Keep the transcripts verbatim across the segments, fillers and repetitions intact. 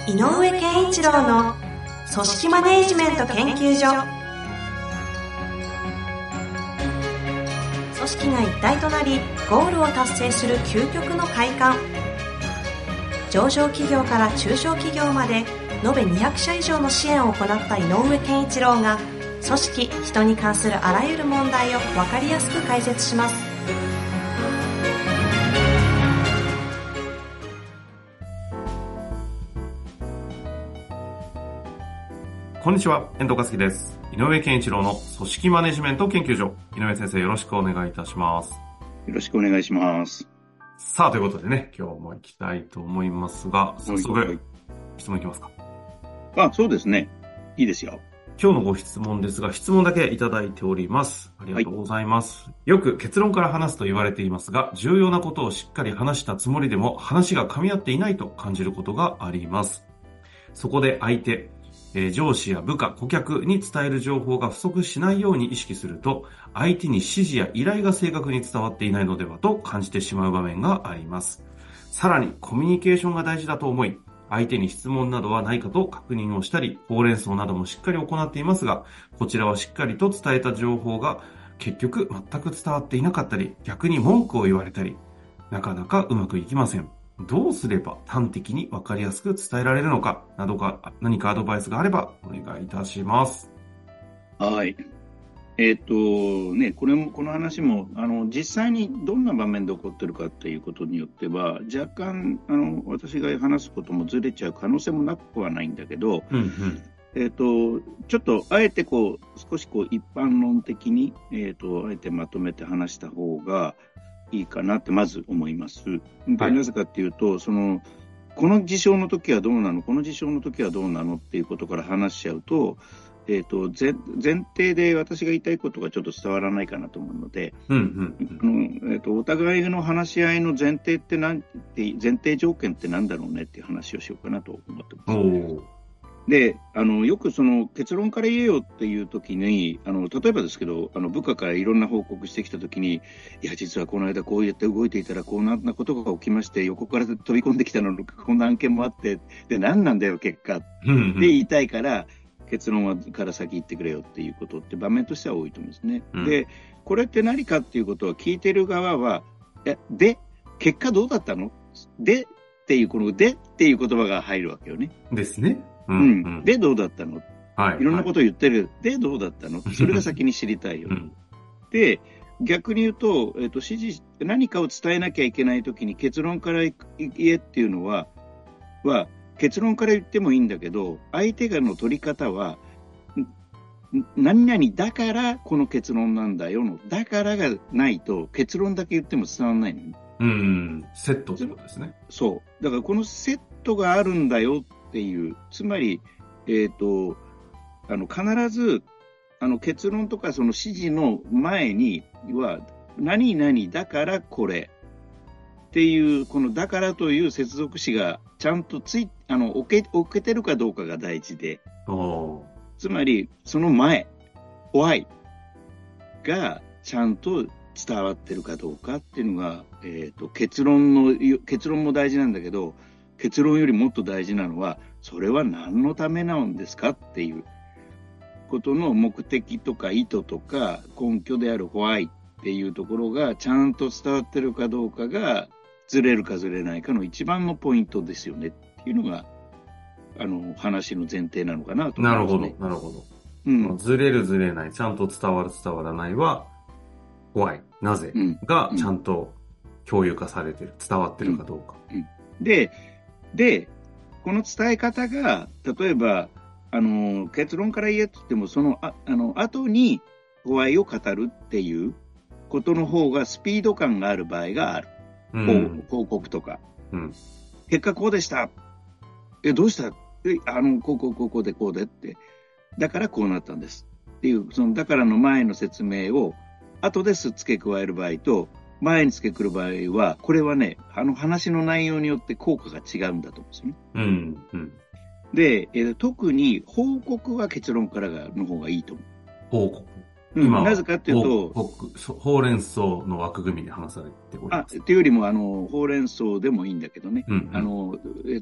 井上健一郎の組織マネジメント研究所。組織が一体となりゴールを達成する究極の快感。上場企業から中小企業まで延べにひゃくしゃ以上の支援を行った井上健一郎が、組織・人に関するあらゆる問題を分かりやすく解説します。 こんにちは、遠藤和樹です。井上健一郎の組織マネジメント研究所。井上先生、よろしくお願いいたします。 よろしくお願いします。 さあ、ということでね、今日も行きたいと思いますが、早速、はいはい、質問いきますか。 あ、そうですね。いいですよ。 今日のご質問ですが、質問だけいただいております。ありがとうございます。はい、よく結論から話すと言われていますが、重要なことをしっかり話したつもりでも、話が噛み合っていないと感じることがあります。そこで相手、えー、上司や部下、顧客に伝える情報が不足しないように意識すると、相手に指示や依頼が正確に伝わっていないのではと感じてしまう場面があります。さらに、コミュニケーションが大事だと思い、相手に質問などはないかと確認をしたり、ほうれん草などもしっかり行っていますが、こちらはしっかりと伝えた情報が結局全く伝わっていなかったり、逆に文句を言われたり、なかなかうまくいきません。どうすれば端的に分かりやすく伝えられるのかなどか、何かアドバイスがあればお願いいたします。 はい。えっとね、これも、この話も、あの、実際にどんな場面で起こってるかっていうことによっては、若干、あの、私が話すこともずれちゃう可能性もなくはないんだけど、 うんうん、 えっと、ちょっと、あえてこう、少しこう、一般論的に、えっと、あえてまとめて話した方がいいかなってまず思います。で、はい、なぜかっていうと、その、この事象の時はどうなの、この事象の時はどうなのっていうことから話しちゃうと、えっと、前、前提で私が言いたいことがちょっと伝わらないかなと思うので、 うんうんうん、えっと、お互いの話し合いの前提って何て、前提条件って何だろうねっていう話をしようかなと思ってます。で、あの、よくその結論から言えよっていう時に、あの、例えばですけど、あの、部下からいろんな報告してきた時に、いや、実はこの間こうやって動いていたらこうななことが起きまして、横から飛び込んできたのにこんな案件もあって、で、何なんだよ、結果って言いたいから、結論はから先言ってくれよっていうことって場面としては多いと思うんですね。うん、で、これって何かっていうことは聞いてる側は、え、で、結果どうだったのでっていう、このでっていう言葉が入るわけよね。 ですね。 うん。うん、で、どうだったの、 はい、 いろんなことを言ってる。はい、で、どうだったのそれが先に知りたいよ。うん、で、逆に言うと、えっと、指示、何かを伝えなきゃいけないときに結論から言えっていうのは、は、結論から言ってもいいんだけど、相手がの取り方は、何々だからこの結論なんだよの、だからがないと結論だけ言っても伝わらないの、ね。 うん、セットってことですね。 そう。だからこのセットがあるんだよっていう、つまり、えっと、あの、必ず、あの、結論とかその指示の前には、何々だからこれっていう、このだからという接続詞がちゃんとつい、あの、置け、置けてるかどうかが大事で、つまり、その前、why がちゃんと伝わってるかどうかっていうのが、えっと、結論の、結論も大事なんだけど、結論よりもっと大事なのは、それは何のためなんですかっていうことの目的とか意図とか根拠である why っていうところがちゃんと伝わってるかどうかが、ずれるかずれないかの一番のポイントですよねっていうのが、あの、話の前提なのかなと思いますね。 なるほど、なるほど。うん、ずれるずれない、ちゃんと伝わる伝わらないは、why、なぜがちゃんと共有化されてる、伝わってるかどうか。 うんうんうん、で、で、この伝え方が、例えば、あの、結論から言えって言っても、その、あ、あの、後に why を語るっていうことの方がスピード感がある場合がある。うん、報告とか、うん、結果こうでした。え、どうしたえ、あの、こうこうこうこうでこうでって。だからこうなったんです。っていう、その、だからの前の説明を、後です付け加える場合と、前に付けくる場合は、これはね、あの話の内容によって効果が違うんだと思うんですよね。 うんうん、 で、えー、特に報告は結論からがの方がいいと思う。 報告。 うん、なぜかっていうと、 ほうれん草の枠組みで話されております。 あ、っていうよりも、あの、ほうれん草でもいいんだけどね。うんうん、あの、えっと、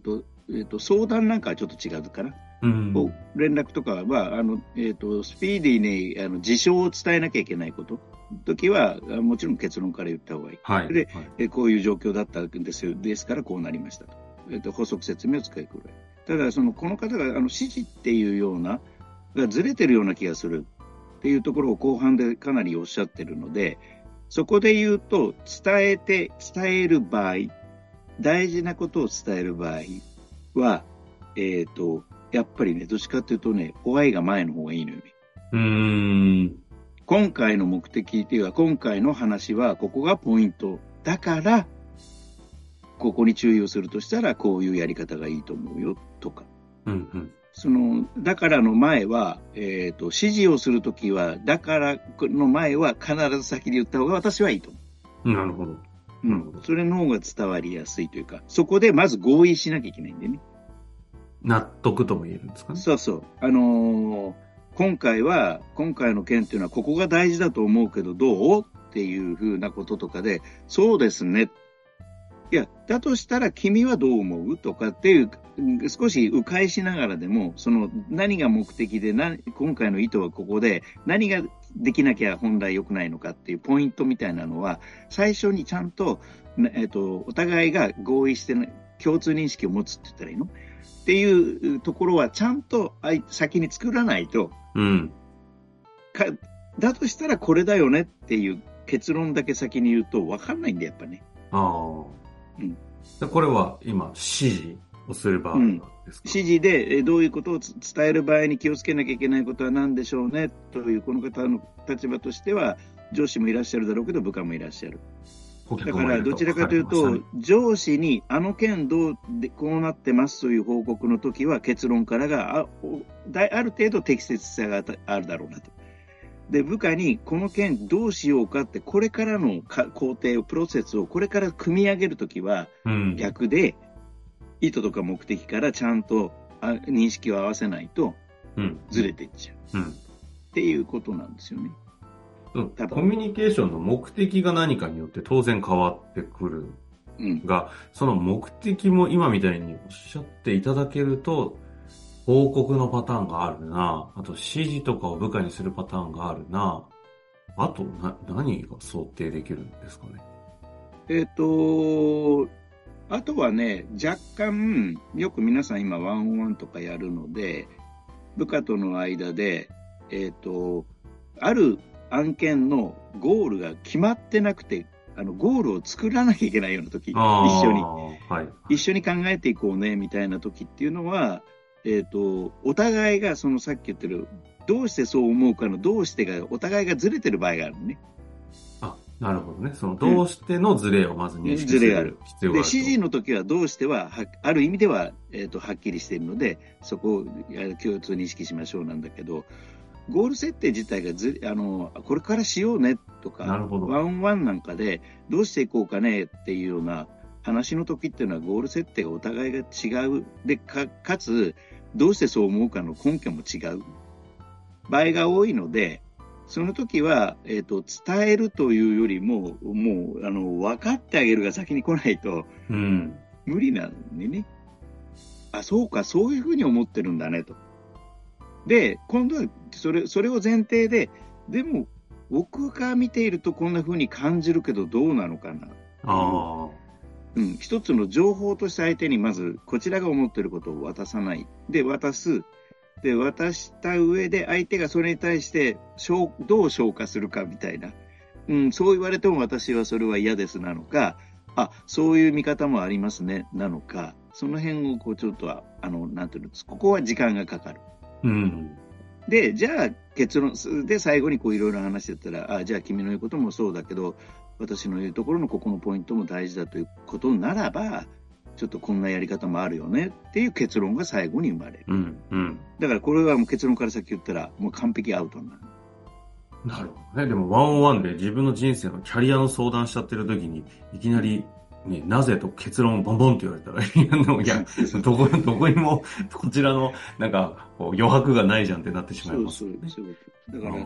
えっと、相談なんかはちょっと違うかな。 うん。 こう連絡とかは、あの、えっと、スピーディーに、あの、事象を伝えなきゃいけないこと。時は、あもちろん結論から言った方がいい。 はい。 で、 はい、 えこういう状況だったんですよ。ですからこうなりましたと。えっと、補足説明を使いくらい。ただ、その、この方が、あの、指示っていうような、がずれてるような気がするっていうところを後半でかなりおっしゃってるので、そこで言うと、伝えて、伝える場合、大事なことを伝える場合は、えっと、やっぱりね、どっちかというとね、お愛が前の方がいいのよね。 うーん。 今回の目的っていうか、今回の話は、ここがポイント。だから、ここに注意をするとしたら、こういうやり方がいいと思うよ、とか。 うんうん。 その、だからの前は、えっと、指示をするときは、だからの前は必ず先に言った方が私はいいと思う。なるほど。 うん。それの方が伝わりやすいというか、そこでまず合意しなきゃいけないんでね。 納得とも言えるんですかね。 そうそう。あのー、今回は、今回の件っていうのはここが大事だと思うけどどうっていうふうなこととかで、そうですね。いや、だとしたら君はどう思うとかっていう、少し迂回しながらでも、その何が目的で、な今回の意図はここで、何ができなきゃ本来良くないのかっていうポイントみたいなのは、最初にちゃんと、えっと、お互いが合意して、ね、共通認識を持つって言ったらいいのっていうところはちゃんと先に作らないと、 うん、 かだとしたらこれだよねっていう結論だけ先に言うと分かんないんだやっぱね。 ああ、うん、これは今指示をする場合ですか、うん、 指示でどういうことを伝える場合に気をつけなきゃいけないことは何でしょうねというこの方の立場としては上司もいらっしゃるだろうけど部下もいらっしゃる。だからどちらかというと、上司にあの件どうでこうなってますという報告の時は結論からが あ, ある程度適切さがあるだろうなと。で、部下にこの件どうしようかってこれからの工程をプロセスをこれから組み上げるときは逆で、うん、意図とか目的からちゃんと認識を合わせないとずれていっちゃう、うんうん、っていうことなんですよね。 コミュニケーションの目的が何かによって当然変わってくるが、うん、その目的も今みたいにおっしゃっていただけると報告のパターンがあるな、あと指示とかを部下にするパターンがあるな、あとな何が想定できるんですかね。 えっとあとはね、若干よく皆さん今ワンオンワンとかやるので部下との間でえっとある案件のゴールが決まってなくて、あのゴールを作らなきゃいけないような時、一緒に、はい、一緒に考えていこうねみたいな時っていうのは、えっと、お互いがそのさっき言ってるどうしてそう思うかのどうしてがお互いがずれてる場合があるのね。 あ、なるほどね。そのどうしてのずれをまず認識する必要がある。で、 指示の時はどうしてはある意味では、えっと、はっきりしているので、そこを共通認識しましょうなんだけど。ゴール設定自体がずあのこれからしようねとかワンワンなんかでどうしていこうかねっていうような話の時っていうのはゴール設定がお互いが違うで か, かつどうしてそう思うかの根拠も違う場合が多いのでその時は、えーと、伝えるというよりももうあの分かってあげるが先に来ないと、うん、無理なんでね。あ、そうかそういうふうに思ってるんだねと。で、今度はそれ、それを前提で、でも僕が見ているとこんな風に感じるけどどうなのかな。あ、うん、一つの情報として相手にまずこちらが思っていることを渡さない。で、渡す。で、渡した上で相手がそれに対してどう消化するかみたいな。うん、そう言われても私はそれは嫌ですなのか、あ、そういう見方もありますねなのか、その辺をこうちょっとあの、なんていうの、ここは時間がかかる。うん、で、じゃあ結論で最後にこういろいろ話してたら、あ、じゃあ君の言うこともそうだけど私の言うところのここのポイントも大事だということならばちょっとこんなやり方もあるよねっていう結論が最後に生まれる、うんうん、だからこれはもう結論から先言ったらもう完璧アウトになる。 なるほどね。でもワンオンワンで自分の人生のキャリアの相談しちゃってる時にいきなりね、なぜと結論をボンボンって言われたら、いや、でもいや、どこ、どこにも、こちらの、なんか、こう余白がないじゃんってなってしまいます、ね。そうそう、そう。 だから、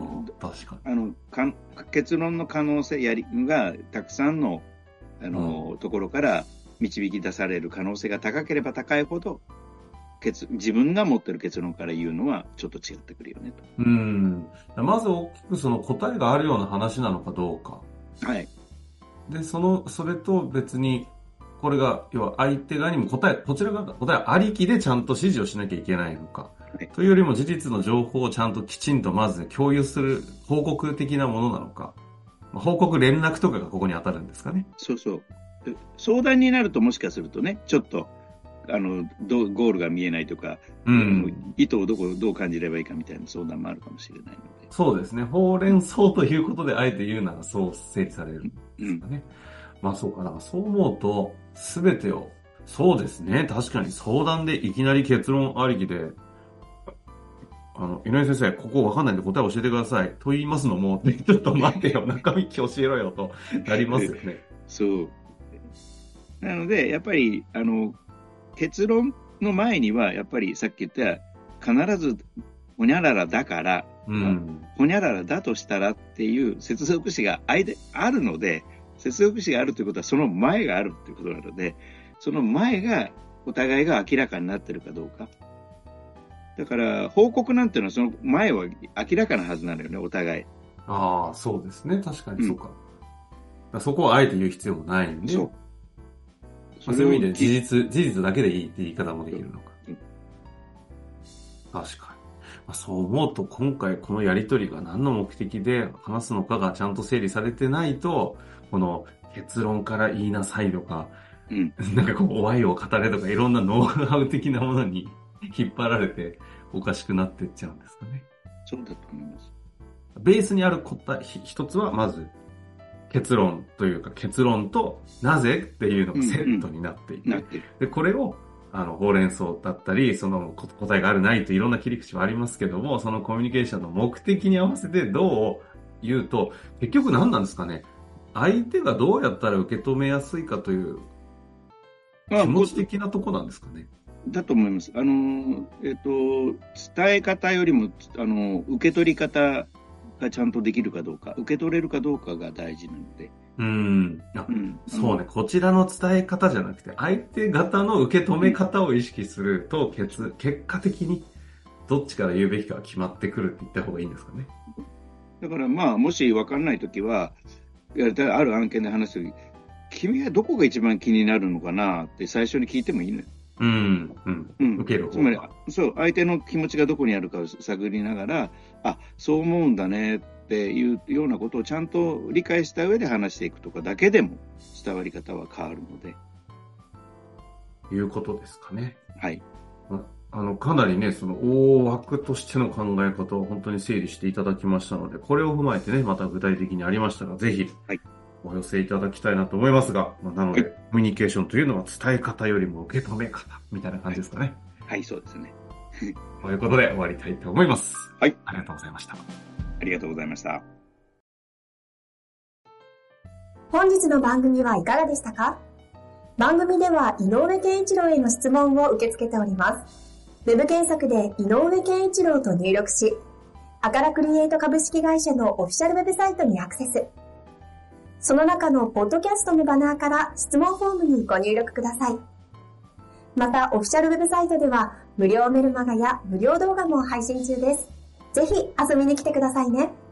確かに。あの、か結論の可能性やりが、たくさんの、あの、ところから、 導き出される可能性が高ければ高いほど、結自分が持ってる結論から言うのはちょっと違ってくるよねと。 うん。まず大きくその答えがあるような話なのかどうか。 はい。 で、その、それと別に、これが、要は相手側にも答え、こちら側が答えありきでちゃんと指示をしなきゃいけないのか。はい、というよりも事実の情報をちゃんときちんとまず共有する報告的なものなのか。報告連絡とかがここに当たるんですかね。 そうそう。相談になるともしかするとね、ちょっと、あの、どゴールが見えないとか、うん、意図をどこ、どう感じればいいかみたいな相談もあるかもしれないので。 そうですね。ほうれん草ということであえて言うならそう整理されるんですかね。うん、まあそうかな。そう思うと、すべてを、そうですね。確かに相談でいきなり結論ありきで、あの、井上先生、ここわかんないんで答え教えてください。と言いますのも、ちょっと待ってよ、中身教えろよとなりますよね。 そう。なので、やっぱり、あの、結論の前には、やっぱりさっき言った必ず、ほにゃららだから、うん、ほにゃららだとしたらっていう接続詞があるので、接続詞があるということはその前があるということなので、その前がお互いが明らかになっているかどうか。だから、報告なんていうのはその前は明らかなはずなのよね、お互い。 ああ、そうですね。確かにそうか。うん、そこはあえて言う必要もないんで。そう。まあ、そういう意味で事実、事実だけでいいって言い方もできるのか。うん、確かに。まあ、そう思うと今回このやりとりが何の目的で話すのかがちゃんと整理されてないと、この結論から言いなさいとか、うん、なんかこう、お愛を語れとかいろんなノウハウ的なものに引っ張られておかしくなってっちゃうんですかね。 そうだと思います。 ベースにある答え、一つはまず、結論というか結論となぜっていうのがセットになっていて、うんうん、でこれをあのほうれん草だったりその答えがあるないといろんな切り口はありますけども、そのコミュニケーションの目的に合わせてどう言うと結局何なんですかね、相手がどうやったら受け止めやすいかという気持ち的なとこなんですかね。 だと思います。あの、えっと、伝え方よりもあの受け取り方がちゃんとできるかどうか、受け取れるかどうかが大事なので。 うん。あ、うん、そうね。こちらの伝え方じゃなくて、相手方の受け止め方を意識すると、結、結果的にどっちから言うべきかが決まってくるって言った方がいいんですかね。 だからまあ、もし分かんないときは、ある案件で話すとき、君はどこが一番気になるのかなって最初に聞いてもいいのよ。 うん、うん、うん。受ける方。 つまり、そう、相手の気持ちがどこにあるかを探りながら、あ、そう思うんだねっていうようなことをちゃんと理解した上で話していくとかだけでも伝わり方は変わるので。 いうことですかね。 はい。 あ、あの、かなりね、その大枠としての考え方を本当に整理していただきましたので、これを踏まえてね、また具体的にありましたら、ぜひ、はい。お寄せいただきたいなと思いますが、まあ、なので、はい、コミュニケーションというのは伝え方よりも受け止め方みたいな感じですかね。 はい、はい、そうですね。 ということで終わりたいと思います。 はい。 ありがとうございました。 ありがとうございました。 本日の番組はいかがでしたか？番組では井上健一郎への質問を受け付けております。ウェブ検索で井上健一郎と入力し、アカラクリエイト株式会社のオフィシャルウェブサイトにアクセス。その中のポッドキャストのバナーから質問フォームにご入力ください。また、オフィシャルウェブサイトでは無料メルマガや無料動画も配信中です。ぜひ遊びに来てくださいね。